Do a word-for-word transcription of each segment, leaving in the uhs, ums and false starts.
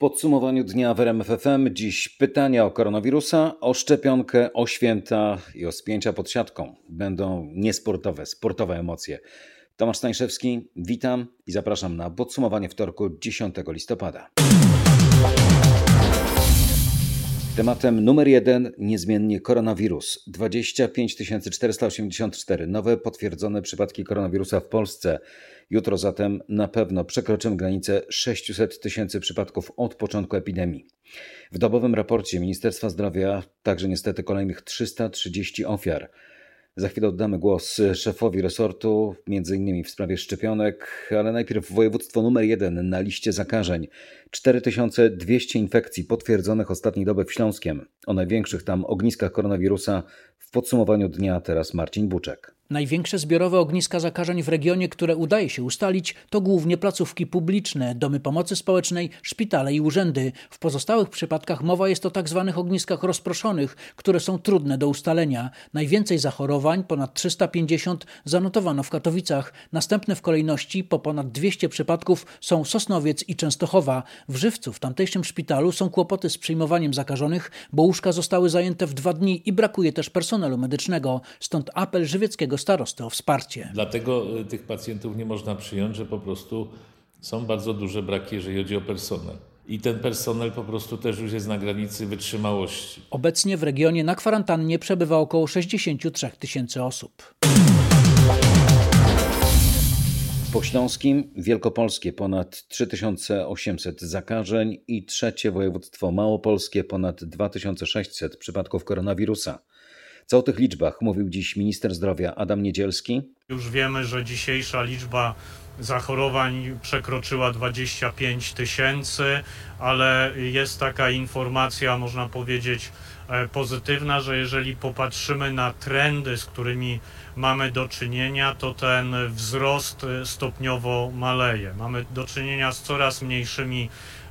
podsumowaniu dnia w R M F F M dziś pytania o koronawirusa, o szczepionkę, o święta i o spięcia pod siatką. Będą niesportowe, sportowe emocje. Tomasz Stańszewski, witam i zapraszam na podsumowanie wtorku dziesiątego listopada. Tematem numer jeden niezmiennie koronawirus. dwadzieścia pięć tysięcy czterysta osiemdziesiąt cztery nowe potwierdzone przypadki koronawirusa w Polsce. Jutro zatem na pewno przekroczymy granicę sześćset tysięcy przypadków od początku epidemii. W dobowym raporcie Ministerstwa Zdrowia także niestety kolejnych trzysta trzydzieści ofiar. Za chwilę oddamy głos szefowi resortu, między innymi w sprawie szczepionek, ale najpierw województwo numer jeden na liście zakażeń. cztery tysiące dwieście infekcji potwierdzonych ostatniej doby w Śląskiem. O największych tam ogniskach koronawirusa w podsumowaniu dnia teraz Marcin Buczek. Największe zbiorowe ogniska zakażeń w regionie, które udaje się ustalić, to głównie placówki publiczne, domy pomocy społecznej, szpitale i urzędy. W pozostałych przypadkach mowa jest o tak zwanych ogniskach rozproszonych, które są trudne do ustalenia. Najwięcej zachorowań, ponad trzysta pięćdziesiąt, zanotowano w Katowicach. Następne w kolejności, po ponad dwieście przypadków, są Sosnowiec i Częstochowa. W Żywcu, w tamtejszym szpitalu, są kłopoty z przyjmowaniem zakażonych, bo łóżka zostały zajęte w dwa dni i brakuje też personelu medycznego. Stąd apel żywieckiego starosty o wsparcie. Dlatego tych pacjentów nie można przyjąć, że po prostu są bardzo duże braki, jeżeli chodzi o personel. I ten personel po prostu też już jest na granicy wytrzymałości. Obecnie w regionie na kwarantannie przebywa około sześćdziesiąt trzy tysięcy osób. Po śląskim wielkopolskie ponad trzy tysiące osiemset zakażeń i trzecie województwo małopolskie ponad dwa tysiące sześćset przypadków koronawirusa. Co o tych liczbach mówił dziś minister zdrowia Adam Niedzielski. Już wiemy, że dzisiejsza liczba zachorowań przekroczyła dwadzieścia pięć tysięcy, ale jest taka informacja, można powiedzieć, pozytywna, że jeżeli popatrzymy na trendy, z którymi mamy do czynienia, to ten wzrost stopniowo maleje. Mamy do czynienia z coraz mniejszymi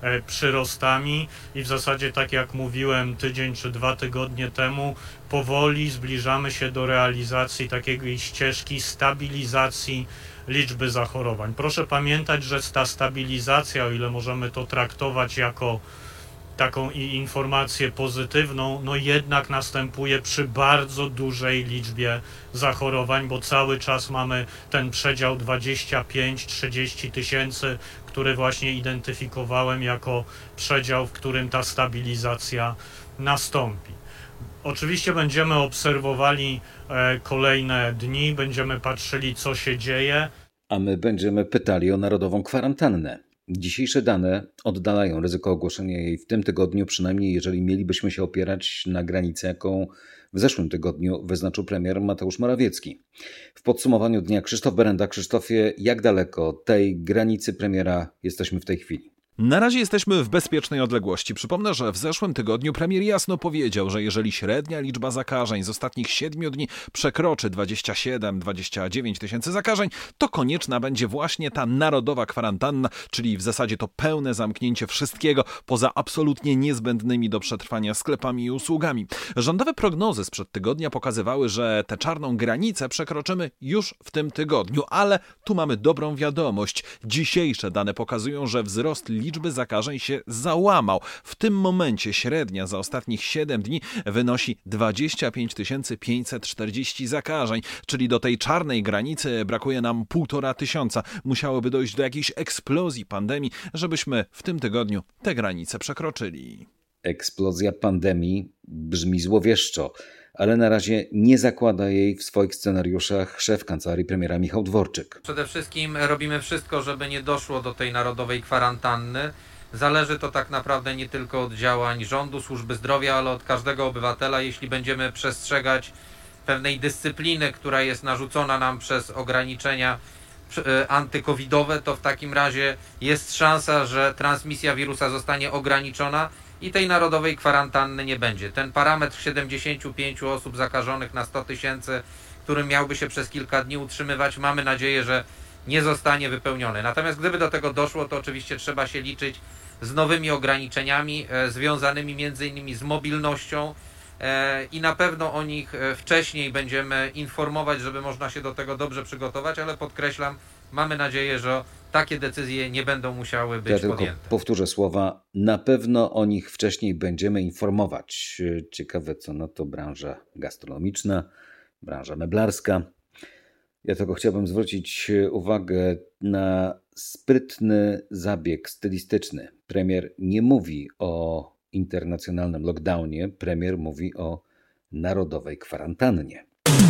przyrostami i w zasadzie, tak jak mówiłem tydzień czy dwa tygodnie temu, powoli zbliżamy się do realizacji takiej ścieżki stabilizacji liczby zachorowań. Proszę pamiętać, że ta stabilizacja, o ile możemy to traktować jako taką informację pozytywną, no jednak następuje przy bardzo dużej liczbie zachorowań, bo cały czas mamy ten przedział dwadzieścia pięć trzydzieści tysięcy, który właśnie identyfikowałem jako przedział, w którym ta stabilizacja nastąpi. Oczywiście będziemy obserwowali kolejne dni, będziemy patrzyli, co się dzieje. A my będziemy pytali o narodową kwarantannę. Dzisiejsze dane oddalają ryzyko ogłoszenia jej w tym tygodniu, przynajmniej jeżeli mielibyśmy się opierać na granicę, jaką w zeszłym tygodniu wyznaczył premier Mateusz Morawiecki. W podsumowaniu dnia Krzysztof Berenda. Krzysztofie, jak daleko tej granicy premiera jesteśmy w tej chwili? Na razie jesteśmy w bezpiecznej odległości. Przypomnę, że w zeszłym tygodniu premier jasno powiedział, że jeżeli średnia liczba zakażeń z ostatnich siedmiu dni przekroczy dwadzieścia siedem dwadzieścia dziewięć tysięcy zakażeń, to konieczna będzie właśnie ta narodowa kwarantanna, czyli w zasadzie to pełne zamknięcie wszystkiego poza absolutnie niezbędnymi do przetrwania sklepami i usługami. Rządowe prognozy sprzed tygodnia pokazywały, że tę czarną granicę przekroczymy już w tym tygodniu, ale tu mamy dobrą wiadomość. Dzisiejsze dane pokazują, że wzrost liczby zakażeń się załamał. W tym momencie średnia za ostatnich siedem dni wynosi dwadzieścia pięć tysięcy pięćset czterdzieści zakażeń, czyli do tej czarnej granicy brakuje nam półtora tysiąca. Musiałoby dojść do jakiejś eksplozji pandemii, żebyśmy w tym tygodniu tę granicę przekroczyli. Eksplozja pandemii brzmi złowieszczo, ale na razie nie zakłada jej w swoich scenariuszach szef kancelarii premiera Michał Dworczyk. Przede wszystkim robimy wszystko, żeby nie doszło do tej narodowej kwarantanny. Zależy to tak naprawdę nie tylko od działań rządu, służby zdrowia, ale od każdego obywatela. Jeśli będziemy przestrzegać pewnej dyscypliny, która jest narzucona nam przez ograniczenia antykowidowe, to w takim razie jest szansa, że transmisja wirusa zostanie ograniczona i tej narodowej kwarantanny nie będzie. Ten parametr siedemdziesiąt pięć osób zakażonych na sto tysięcy, który miałby się przez kilka dni utrzymywać, mamy nadzieję, że nie zostanie wypełniony. Natomiast gdyby do tego doszło, to oczywiście trzeba się liczyć z nowymi ograniczeniami e, związanymi między innymi z mobilnością e, i na pewno o nich wcześniej będziemy informować, żeby można się do tego dobrze przygotować, ale podkreślam, mamy nadzieję, że takie decyzje nie będą musiały być ja tylko podjęte. Powtórzę słowa, na pewno o nich wcześniej będziemy informować. Ciekawe, co na to branża gastronomiczna, branża meblarska. Ja tylko chciałbym zwrócić uwagę na sprytny zabieg stylistyczny. Premier nie mówi o internacjonalnym lockdownie, premier mówi o narodowej kwarantannie.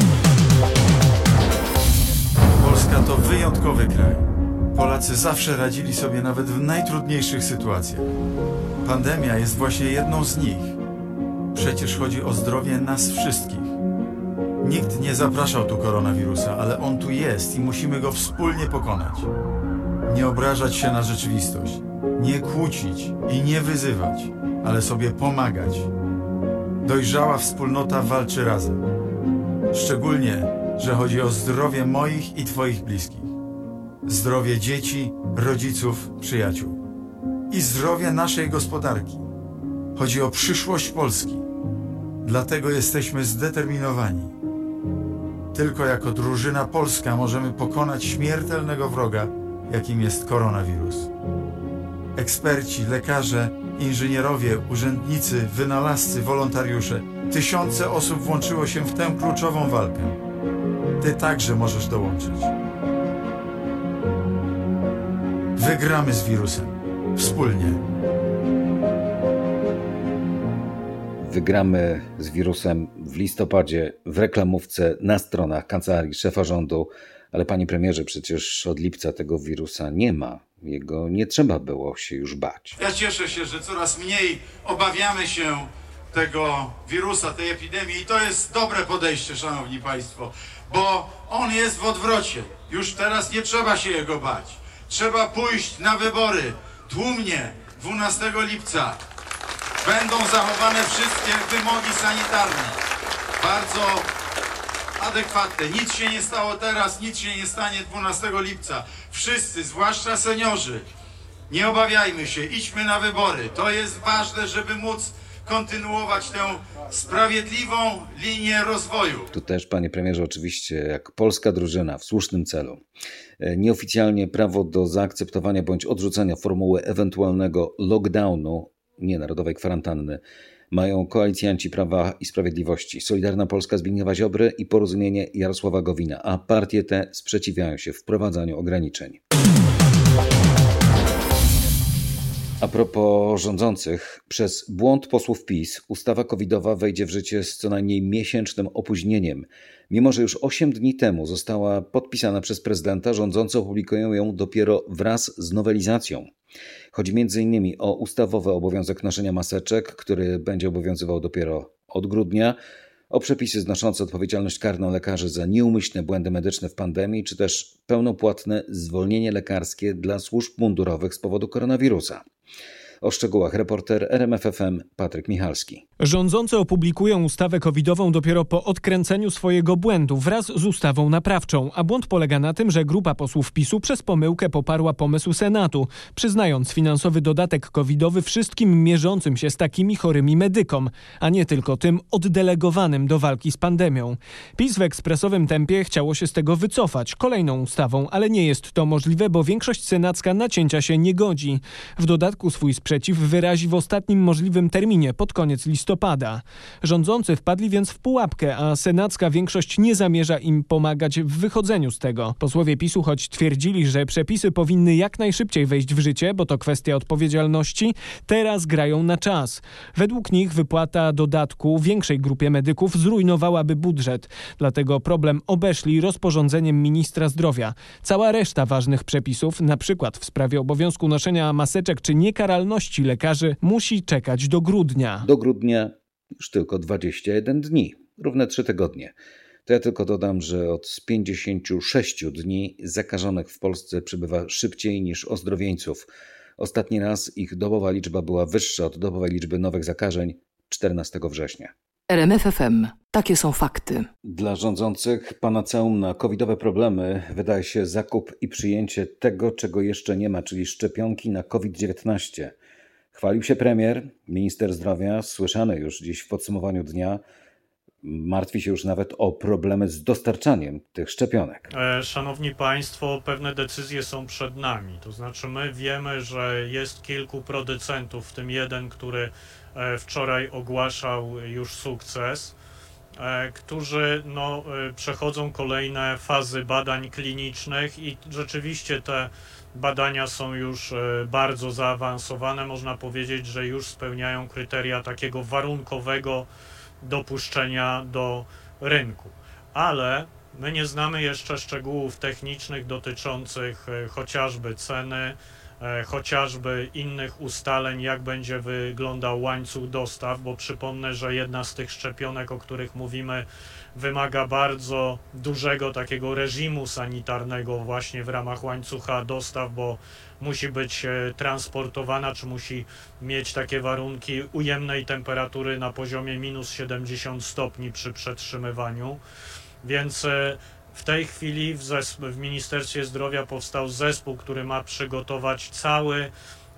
Polska to wyjątkowy kraj. Polacy zawsze radzili sobie nawet w najtrudniejszych sytuacjach. Pandemia jest właśnie jedną z nich. Przecież chodzi o zdrowie nas wszystkich. Nikt nie zapraszał tu koronawirusa, ale on tu jest i musimy go wspólnie pokonać. Nie obrażać się na rzeczywistość, nie kłócić i nie wyzywać, ale sobie pomagać. Dojrzała wspólnota walczy razem. Szczególnie, że chodzi o zdrowie moich i Twoich bliskich. Zdrowie dzieci, rodziców, przyjaciół. I zdrowie naszej gospodarki. Chodzi o przyszłość Polski. Dlatego jesteśmy zdeterminowani. Tylko jako drużyna polska możemy pokonać śmiertelnego wroga, jakim jest koronawirus. Eksperci, lekarze, inżynierowie, urzędnicy, wynalazcy, wolontariusze. Tysiące osób włączyło się w tę kluczową walkę. Ty także możesz dołączyć. Wygramy z wirusem. Wspólnie. Wygramy z wirusem w listopadzie w reklamówce na stronach kancelarii szefa rządu. Ale panie premierze, przecież od lipca tego wirusa nie ma. Jego nie trzeba było się już bać. Ja cieszę się, że coraz mniej obawiamy się tego wirusa, tej epidemii i to jest dobre podejście, szanowni państwo, bo on jest w odwrocie. Już teraz nie trzeba się jego bać. Trzeba pójść na wybory tłumnie dwunastego lipca. Będą zachowane wszystkie wymogi sanitarne. Bardzo adekwatne. Nic się nie stało teraz, nic się nie stanie dwunastego lipca. Wszyscy, zwłaszcza seniorzy, nie obawiajmy się, idźmy na wybory. To jest ważne, żeby móc kontynuować tę sprawiedliwą linię rozwoju. Tu też, panie premierze, oczywiście jak polska drużyna w słusznym celu. Nieoficjalnie prawo do zaakceptowania bądź odrzucenia formuły ewentualnego lockdownu, nie narodowej kwarantanny, mają koalicjanci Prawa i Sprawiedliwości, Solidarna Polska Zbigniewa Ziobry i Porozumienie Jarosława Gowina, a partie te sprzeciwiają się wprowadzaniu ograniczeń. A propos rządzących, przez błąd posłów PiS ustawa covidowa wejdzie w życie z co najmniej miesięcznym opóźnieniem. Mimo że już osiem dni temu została podpisana przez prezydenta, rządzący opublikują ją dopiero wraz z nowelizacją. Chodzi między innymi o ustawowy obowiązek noszenia maseczek, który będzie obowiązywał dopiero od grudnia, o przepisy znoszące odpowiedzialność karną lekarzy za nieumyślne błędy medyczne w pandemii, czy też pełnopłatne zwolnienie lekarskie dla służb mundurowych z powodu koronawirusa. O szczegółach reporter R M F F M Patryk Michalski. Rządzący opublikują ustawę covidową dopiero po odkręceniu swojego błędu wraz z ustawą naprawczą, a błąd polega na tym, że grupa posłów PiSu przez pomyłkę poparła pomysł Senatu, przyznając finansowy dodatek covidowy wszystkim mierzącym się z takimi chorymi medykom, a nie tylko tym oddelegowanym do walki z pandemią. PiS w ekspresowym tempie chciało się z tego wycofać kolejną ustawą, ale nie jest to możliwe, bo większość senacka na cięcia się nie godzi. W dodatku swój sprzeciw wyrazi w ostatnim możliwym terminie, pod koniec listopada. Rządzący wpadli więc w pułapkę, a senacka większość nie zamierza im pomagać w wychodzeniu z tego. Posłowie PiSu, choć twierdzili, że przepisy powinny jak najszybciej wejść w życie, bo to kwestia odpowiedzialności, teraz grają na czas. Według nich wypłata dodatku większej grupie medyków zrujnowałaby budżet. Dlatego problem obeszli rozporządzeniem ministra zdrowia. Cała reszta ważnych przepisów, na przykład w sprawie obowiązku noszenia maseczek czy niekaralności lekarzy, musi czekać do grudnia. Do grudnia już tylko dwadzieścia jeden dni, równe trzy tygodnie. To ja tylko dodam, że od pięćdziesięciu sześciu dni zakażonych w Polsce przybywa szybciej niż ozdrowieńców. Ostatni raz ich dobowa liczba była wyższa od dobowej liczby nowych zakażeń czternastego września. R M F F M. Takie są fakty. Dla rządzących panaceum na covidowe problemy wydaje się zakup i przyjęcie tego, czego jeszcze nie ma, czyli szczepionki na COVID dziewiętnaście. Chwalił się premier, minister zdrowia, słyszany już dziś w podsumowaniu dnia. martwi się już nawet o problemy z dostarczaniem tych szczepionek. Szanowni Państwo, pewne decyzje są przed nami. To znaczy my wiemy, że jest kilku producentów, w tym jeden, który wczoraj ogłaszał już sukces, którzy no, przechodzą kolejne fazy badań klinicznych i rzeczywiście te badania są już bardzo zaawansowane. Można powiedzieć, że już spełniają kryteria takiego warunkowego dopuszczenia do rynku. Ale my nie znamy jeszcze szczegółów technicznych dotyczących chociażby ceny, chociażby innych ustaleń, jak będzie wyglądał łańcuch dostaw, bo przypomnę, że jedna z tych szczepionek, o których mówimy, wymaga bardzo dużego takiego reżimu sanitarnego właśnie w ramach łańcucha dostaw, bo musi być transportowana, czy musi mieć takie warunki ujemnej temperatury na poziomie minus siedemdziesiąt stopni przy przetrzymywaniu, więc w tej chwili w, zesp- w Ministerstwie Zdrowia powstał zespół, który ma przygotować cały,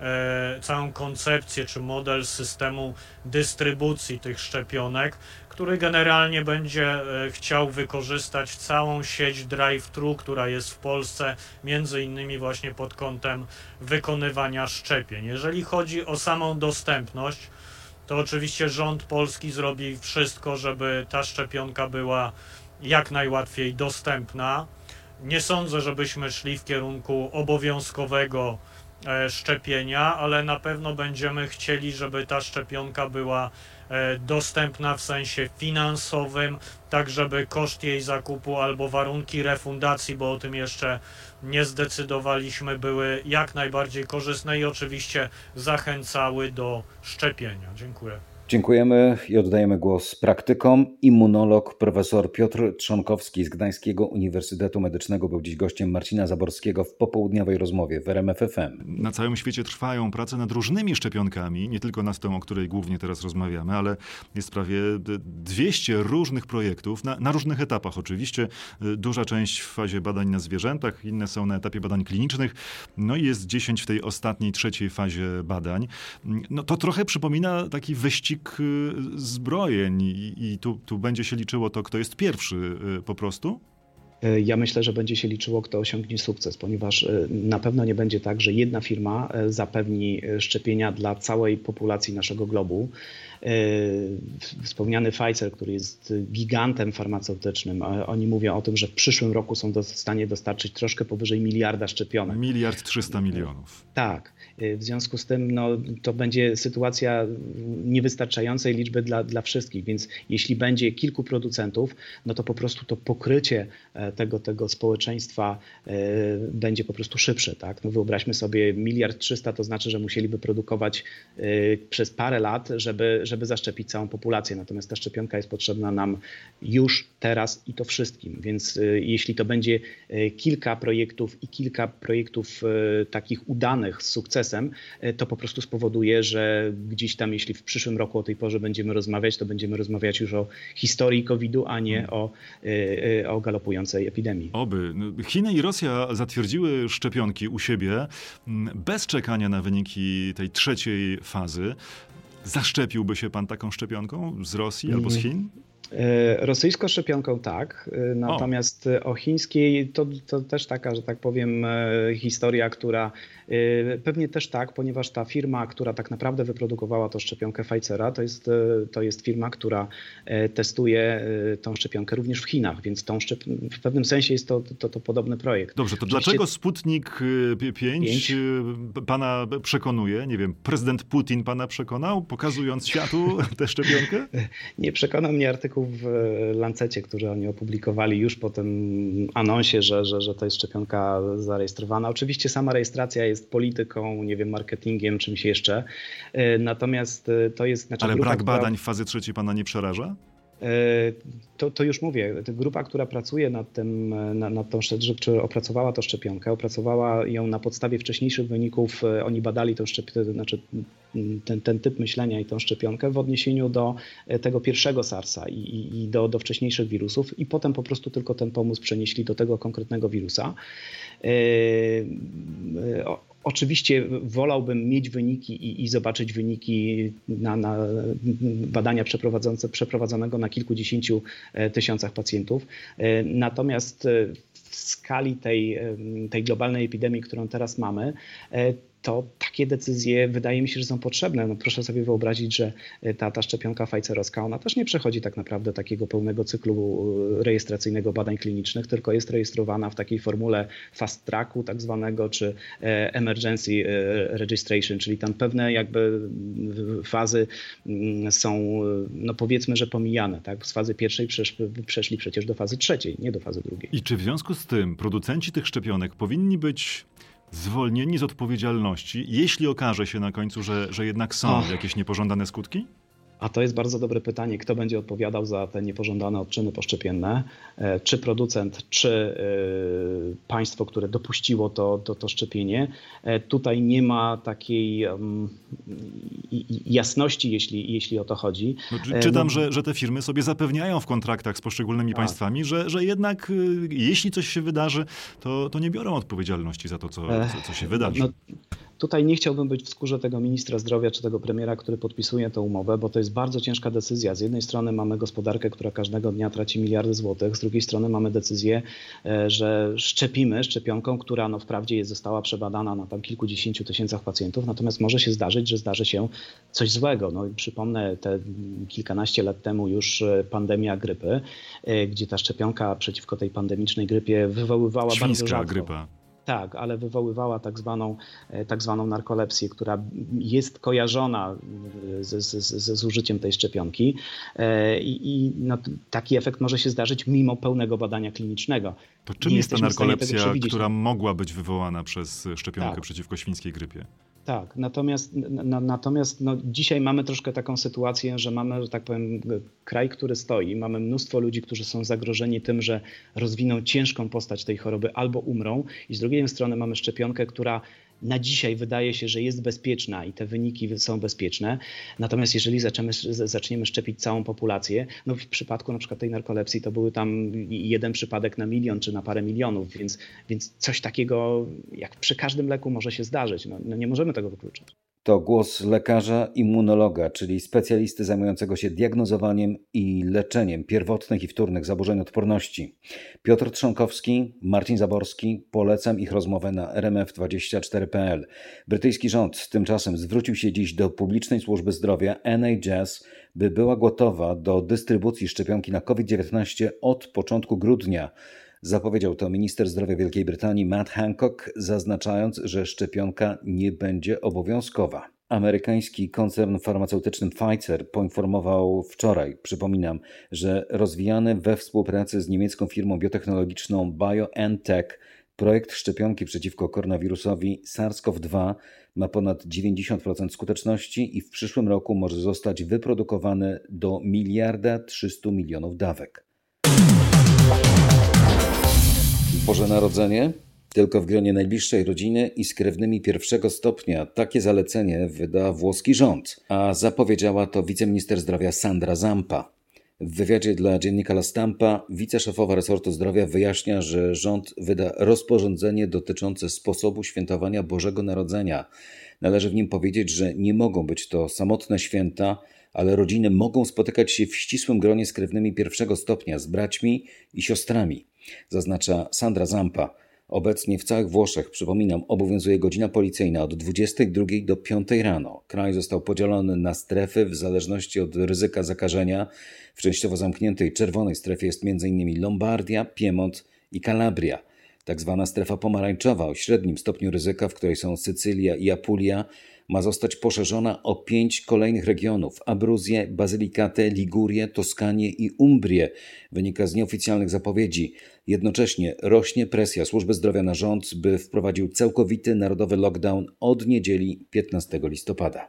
e, całą koncepcję czy model systemu dystrybucji tych szczepionek, który generalnie będzie e, chciał wykorzystać całą sieć drive-thru, która jest w Polsce, między innymi właśnie pod kątem wykonywania szczepień. Jeżeli chodzi o samą dostępność, to oczywiście rząd polski zrobi wszystko, żeby ta szczepionka była jak najłatwiej dostępna. Nie sądzę, żebyśmy szli w kierunku obowiązkowego e, szczepienia, ale na pewno będziemy chcieli, żeby ta szczepionka była e, dostępna w sensie finansowym, tak żeby koszt jej zakupu albo warunki refundacji, bo o tym jeszcze nie zdecydowaliśmy, były jak najbardziej korzystne i oczywiście zachęcały do szczepienia. Dziękuję. Dziękujemy i oddajemy głos praktykom. Immunolog profesor Piotr Trzonkowski z Gdańskiego Uniwersytetu Medycznego był dziś gościem Marcina Zaborskiego w popołudniowej rozmowie w R M F F M. Na całym świecie trwają prace nad różnymi szczepionkami, nie tylko nad tą, o której głównie teraz rozmawiamy, ale jest prawie dwieście różnych projektów, na, na różnych etapach oczywiście. Duża część w fazie badań na zwierzętach, inne są na etapie badań klinicznych, no i jest dziesięć w tej ostatniej, trzeciej fazie badań. No to trochę przypomina taki wyścig zbrojeń i, i tu, tu będzie się liczyło to, kto jest pierwszy po prostu? Ja myślę, że będzie się liczyło, kto osiągnie sukces, ponieważ na pewno nie będzie tak, że jedna firma zapewni szczepienia dla całej populacji naszego globu. Wspomniany Pfizer, który jest gigantem farmaceutycznym, oni mówią o tym, że w przyszłym roku są w stanie dostarczyć troszkę powyżej miliarda szczepionek. Miliard trzysta milionów. Tak. W związku z tym no, to będzie sytuacja niewystarczającej liczby dla, dla wszystkich, więc jeśli będzie kilku producentów, no to po prostu to pokrycie tego, tego społeczeństwa będzie po prostu szybsze. Tak? No wyobraźmy sobie miliard trzysta, to znaczy, że musieliby produkować przez parę lat, żeby, żeby zaszczepić całą populację. Natomiast ta szczepionka jest potrzebna nam już teraz i to wszystkim. Więc jeśli to będzie kilka projektów i kilka projektów takich udanych z sukcesem, to po prostu spowoduje, że gdzieś tam, jeśli w przyszłym roku o tej porze będziemy rozmawiać, to będziemy rozmawiać już o historii kowida, a nie o, o galopującej epidemii. Oby. Chiny i Rosja zatwierdziły szczepionki u siebie bez czekania na wyniki tej trzeciej fazy. Zaszczepiłby się pan taką szczepionką z Rosji albo z Chin? Rosyjską szczepionką tak, natomiast o, o chińskiej to, to też taka, że tak powiem, historia, która pewnie też tak, ponieważ ta firma, która tak naprawdę wyprodukowała tą szczepionkę Pfizera, to jest, to jest firma, która testuje tą szczepionkę również w Chinach, więc tą szczep... w pewnym sensie jest to, to, to podobny projekt. Dobrze, to Oczywiście... dlaczego Sputnik pięć pana przekonuje? Nie wiem, prezydent Putin pana przekonał, pokazując światu tę szczepionkę? Nie przekonał mnie artykuł w Lancecie, który oni opublikowali już po tym anonsie, że, że, że to jest szczepionka zarejestrowana. Oczywiście sama rejestracja jest polityką, nie wiem, marketingiem, czymś jeszcze. Natomiast to jest... Znaczy, Ale grupa, brak która... badań w fazie trzeciej pana nie przeraża? To, to już mówię, grupa, która pracuje nad tym, nad, nad tą, czy opracowała tę szczepionkę, opracowała ją na podstawie wcześniejszych wyników, oni badali tą szczepionkę, znaczy ten, ten typ myślenia i tą szczepionkę w odniesieniu do tego pierwszego SARS-a i, i, i do, do wcześniejszych wirusów i potem po prostu tylko ten pomysł przenieśli do tego konkretnego wirusa. Oczywiście wolałbym mieć wyniki i, i zobaczyć wyniki na, na badania przeprowadzonego na kilkudziesięciu tysiącach pacjentów. Natomiast w skali tej, tej globalnej epidemii, którą teraz mamy, to takie decyzje wydaje mi się, że są potrzebne. No proszę sobie wyobrazić, że ta, ta szczepionka Pfizerowska, ona też nie przechodzi tak naprawdę takiego pełnego cyklu rejestracyjnego badań klinicznych, tylko jest rejestrowana w takiej formule fast tracku tak zwanego, czy emergency registration, czyli tam pewne jakby fazy są, no powiedzmy, że pomijane. Tak? Z fazy pierwszej przesz, przeszli przecież do fazy trzeciej, nie do fazy drugiej. I czy w związku z tym producenci tych szczepionek powinni być zwolnieni z odpowiedzialności, jeśli okaże się na końcu, że, że jednak są oh. jakieś niepożądane skutki? A to jest bardzo dobre pytanie. Kto będzie odpowiadał za te niepożądane odczyny poszczepienne? Czy producent, czy państwo, które dopuściło to, to, to szczepienie? Tutaj nie ma takiej um, jasności, jeśli, jeśli o to chodzi. No, czytam, no, że, że te firmy sobie zapewniają w kontraktach z poszczególnymi tak. państwami, że, że jednak jeśli coś się wydarzy, to, to nie biorą odpowiedzialności za to, co, co, co się wydarzy. No, tutaj nie chciałbym być w skórze tego ministra zdrowia czy tego premiera, który podpisuje tę umowę, bo to jest bardzo ciężka decyzja. Z jednej strony mamy gospodarkę, która każdego dnia traci miliardy złotych, z drugiej strony mamy decyzję, że szczepimy szczepionką, która no wprawdzie jest, została przebadana na tam kilkudziesięciu tysiącach pacjentów, natomiast może się zdarzyć, że zdarzy się coś złego. No i przypomnę te kilkanaście lat temu już pandemia grypy, gdzie ta szczepionka przeciwko tej pandemicznej grypie wywoływała Świńska bardzo rzadko. grypa. Tak, ale wywoływała tak zwaną, tak zwaną narkolepsję, która jest kojarzona ze, ze, ze zużyciem tej szczepionki i, i no, taki efekt może się zdarzyć mimo pełnego badania klinicznego. To czym jest ta narkolepsja, która mogła być wywołana przez szczepionkę tak. przeciwko świńskiej grypie? Tak, natomiast, na, natomiast no, dzisiaj mamy troszkę taką sytuację, że mamy, że tak powiem, kraj, który stoi. Mamy mnóstwo ludzi, którzy są zagrożeni tym, że rozwiną ciężką postać tej choroby albo umrą. I z drugiej strony mamy szczepionkę, która na dzisiaj wydaje się, że jest bezpieczna i te wyniki są bezpieczne. Natomiast jeżeli zaczniemy, zaczniemy szczepić całą populację, no w przypadku na przykład tej narkolepsji to były tam jeden przypadek na milion czy na parę milionów, więc, więc coś takiego jak przy każdym leku może się zdarzyć. No, no nie możemy tego wykluczyć. To głos lekarza immunologa, czyli specjalisty zajmującego się diagnozowaniem i leczeniem pierwotnych i wtórnych zaburzeń odporności. Piotr Trzonkowski, Marcin Zaborski. Polecam ich rozmowę na R M F dwadzieścia cztery kropka p l. Brytyjski rząd tymczasem zwrócił się dziś do publicznej służby zdrowia N H S, by była gotowa do dystrybucji szczepionki na COVID dziewiętnaście od początku grudnia. Zapowiedział to minister zdrowia Wielkiej Brytanii Matt Hancock, zaznaczając, że szczepionka nie będzie obowiązkowa. Amerykański koncern farmaceutyczny Pfizer poinformował wczoraj, przypominam, że rozwijany we współpracy z niemiecką firmą biotechnologiczną BioNTech projekt szczepionki przeciwko koronawirusowi SARS-CoV dwa ma ponad dziewięćdziesiąt procent skuteczności i w przyszłym roku może zostać wyprodukowany do miliarda trzystu milionów dawek. Boże Narodzenie? Tylko w gronie najbliższej rodziny i z krewnymi pierwszego stopnia. Takie zalecenie wyda włoski rząd, a zapowiedziała to wiceminister zdrowia Sandra Zampa. W wywiadzie dla dziennika La Stampa wiceszefowa resortu zdrowia wyjaśnia, że rząd wyda rozporządzenie dotyczące sposobu świętowania Bożego Narodzenia. Należy w nim powiedzieć, że nie mogą być to samotne święta, ale rodziny mogą spotykać się w ścisłym gronie z krewnymi pierwszego stopnia, z braćmi i siostrami, zaznacza Sandra Zampa. Obecnie w całych Włoszech, przypominam, obowiązuje godzina policyjna od dwudziestej drugiej do piątej rano. Kraj został podzielony na strefy w zależności od ryzyka zakażenia. W częściowo zamkniętej czerwonej strefie jest m.in. Lombardia, Piemont i Kalabria. Tak zwana strefa pomarańczowa o średnim stopniu ryzyka, w której są Sycylia i Apulia, ma zostać poszerzona o pięć kolejnych regionów: Abruzję, Bazylikatę, Ligurię, Toskanię i Umbrię. Wynika z nieoficjalnych zapowiedzi. Jednocześnie rośnie presja służby zdrowia na rząd, by wprowadził całkowity narodowy lockdown od niedzieli piętnastego listopada.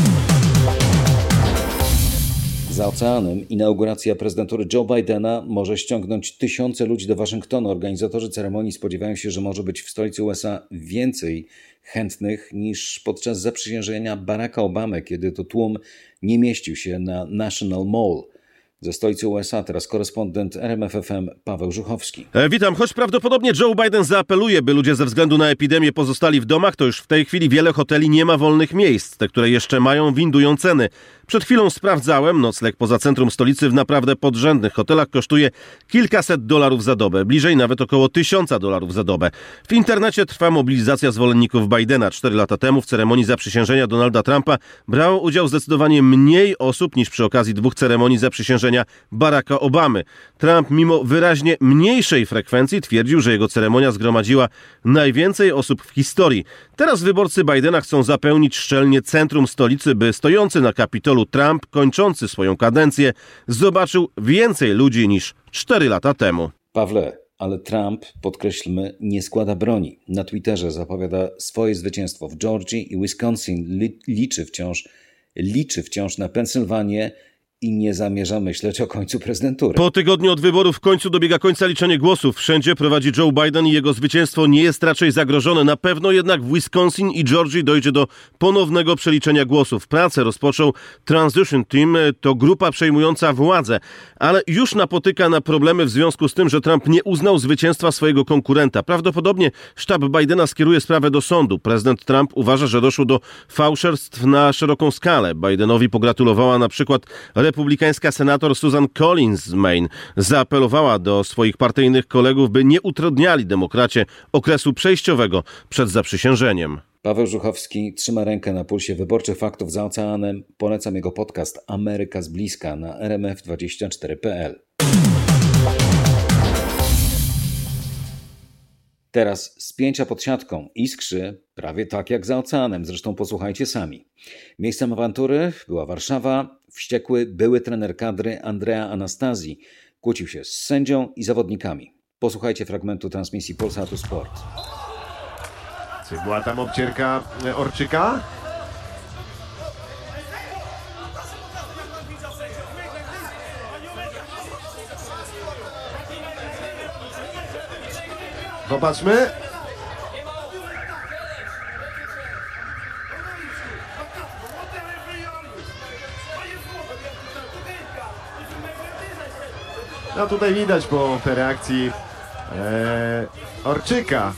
Za oceanem inauguracja prezydentury Joe Bidena może ściągnąć tysiące ludzi do Waszyngtonu. Organizatorzy ceremonii spodziewają się, że może być w stolicy U S A więcej chętnych niż podczas zaprzysiężenia Baracka Obamy, kiedy to tłum nie mieścił się na National Mall. Ze stolicy U S A teraz korespondent R M F F M Paweł Żuchowski. E, witam. Choć prawdopodobnie Joe Biden zaapeluje, by ludzie ze względu na epidemię pozostali w domach, to już w tej chwili wiele hoteli nie ma wolnych miejsc. Te, które jeszcze mają, windują ceny. Przed chwilą sprawdzałem, nocleg poza centrum stolicy w naprawdę podrzędnych hotelach kosztuje kilkaset dolarów za dobę, bliżej nawet około tysiąca dolarów za dobę. W internecie trwa mobilizacja zwolenników Bidena. Cztery lata temu w ceremonii zaprzysiężenia Donalda Trumpa brało udział zdecydowanie mniej osób niż przy okazji dwóch ceremonii zaprzysiężenia Baracka Obamy. Trump mimo wyraźnie mniejszej frekwencji twierdził, że jego ceremonia zgromadziła najwięcej osób w historii. Teraz wyborcy Bidena chcą zapełnić szczelnie centrum stolicy, by stojący na Kapitolu Trump, kończący swoją kadencję, zobaczył więcej ludzi niż cztery lata temu. Pawle, ale Trump, podkreślmy, nie składa broni. Na Twitterze zapowiada swoje zwycięstwo w Georgii i Wisconsin. Li- liczy wciąż, liczy wciąż na Pensylwanię i nie zamierza myśleć o końcu prezydentury. Po tygodniu od wyborów w końcu dobiega końca liczenie głosów. Wszędzie prowadzi Joe Biden i jego zwycięstwo nie jest raczej zagrożone. Na pewno jednak w Wisconsin i Georgii dojdzie do ponownego przeliczenia głosów. Pracę rozpoczął Transition Team, to grupa przejmująca władzę, ale już napotyka na problemy w związku z tym, że Trump nie uznał zwycięstwa swojego konkurenta. Prawdopodobnie sztab Bidena skieruje sprawę do sądu. Prezydent Trump uważa, że doszło do fałszerstw na szeroką skalę. Bidenowi pogratulowała na przykład republikańska senator Susan Collins z Maine. Zaapelowała do swoich partyjnych kolegów, by nie utrudniali demokracie okresu przejściowego przed zaprzysiężeniem. Paweł Żuchowski trzyma rękę na pulsie wyborczych faktów za oceanem. Polecam jego podcast Ameryka z bliska na r m f dwadzieścia cztery kropka p l. Teraz spięcia pod siatką iskrzy prawie tak jak za oceanem. Zresztą posłuchajcie sami. Miejscem awantury była Warszawa. Wściekły były trener kadry Andrea Anastazji kłócił się z sędzią i zawodnikami. Posłuchajcie fragmentu transmisji Polsatu Sport. Czy była tam obcierka Orczyka? Popatrzmy. No tutaj widać po tej reakcji e, Orczyka.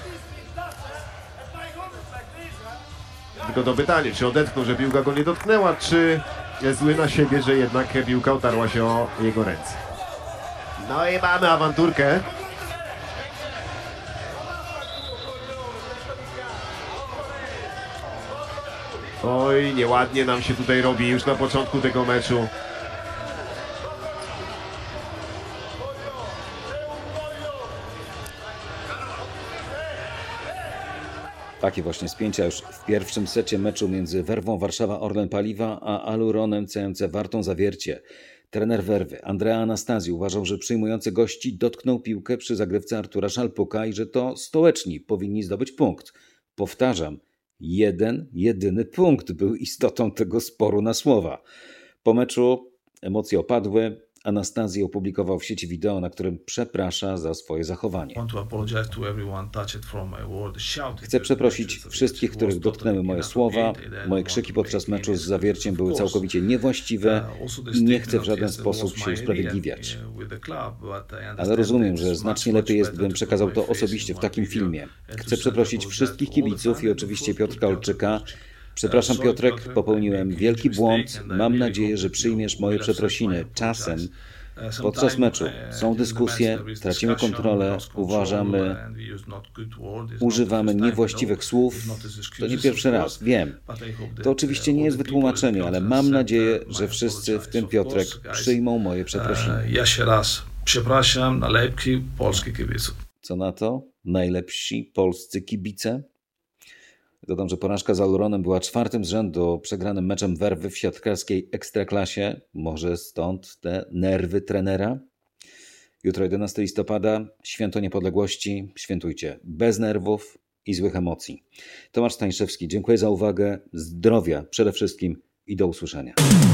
Tylko to pytanie, czy odetchnął, że piłka go nie dotknęła, czy jest zły na siebie, że jednak piłka otarła się o jego ręce. No i mamy awanturkę. Oj, nieładnie nam się tutaj robi już na początku tego meczu. Takie właśnie spięcia już w pierwszym secie meczu między Werwą Warszawa Orlen Paliwa a Aluronem C M C Wartą Zawiercie. Trener Werwy Andrea Anastazji uważał, że przyjmujący gości dotknął piłkę przy zagrywce Artura Szalpuka i że to stołeczni powinni zdobyć punkt. Powtarzam, jeden, jedyny punkt był istotą tego sporu na słowa. Po meczu emocje opadły. Anastazji opublikował w sieci wideo, na którym przeprasza za swoje zachowanie. Chcę przeprosić wszystkich, których dotknęły moje słowa. Moje krzyki podczas meczu z Zawierciem były całkowicie niewłaściwe i nie chcę w żaden sposób się usprawiedliwiać. Ale rozumiem, że znacznie lepiej jest, gdybym przekazał to osobiście w takim filmie. Chcę przeprosić wszystkich kibiców i oczywiście Piotrka Olczyka. Przepraszam, Piotrek, popełniłem wielki błąd. Mam nadzieję, że przyjmiesz moje przeprosiny. Czasem, podczas meczu, są dyskusje, tracimy kontrolę, uważamy, używamy niewłaściwych słów. To nie pierwszy raz, wiem. To oczywiście nie jest wytłumaczenie, ale mam nadzieję, że wszyscy, w tym Piotrek, przyjmą moje przeprosiny. Jeszcze raz przepraszam, najlepsi polscy kibice. Co na to? Najlepsi polscy kibice? Dodam, że porażka z Aluronem była czwartym z rzędu przegranym meczem Werwy w siatkarskiej ekstraklasie. Może stąd te nerwy trenera? Jutro jedenastego listopada, święto niepodległości. Świętujcie bez nerwów i złych emocji. Tomasz Stańszewski, dziękuję za uwagę. Zdrowia przede wszystkim i do usłyszenia.